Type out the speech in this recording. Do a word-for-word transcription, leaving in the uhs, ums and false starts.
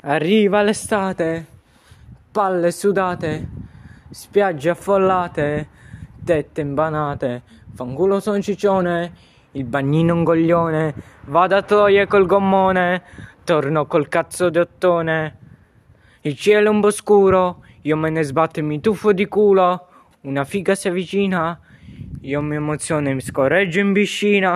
Arriva l'estate, palle sudate, spiagge affollate, tette impanate, fanculo son ciccione, il bagnino un coglione, vado a Troia col gommone, torno col cazzo di ottone. Il cielo è un po' scuro, io me ne sbatto e mi tuffo di culo, una figa si avvicina, io mi emoziono e mi scorreggio in piscina.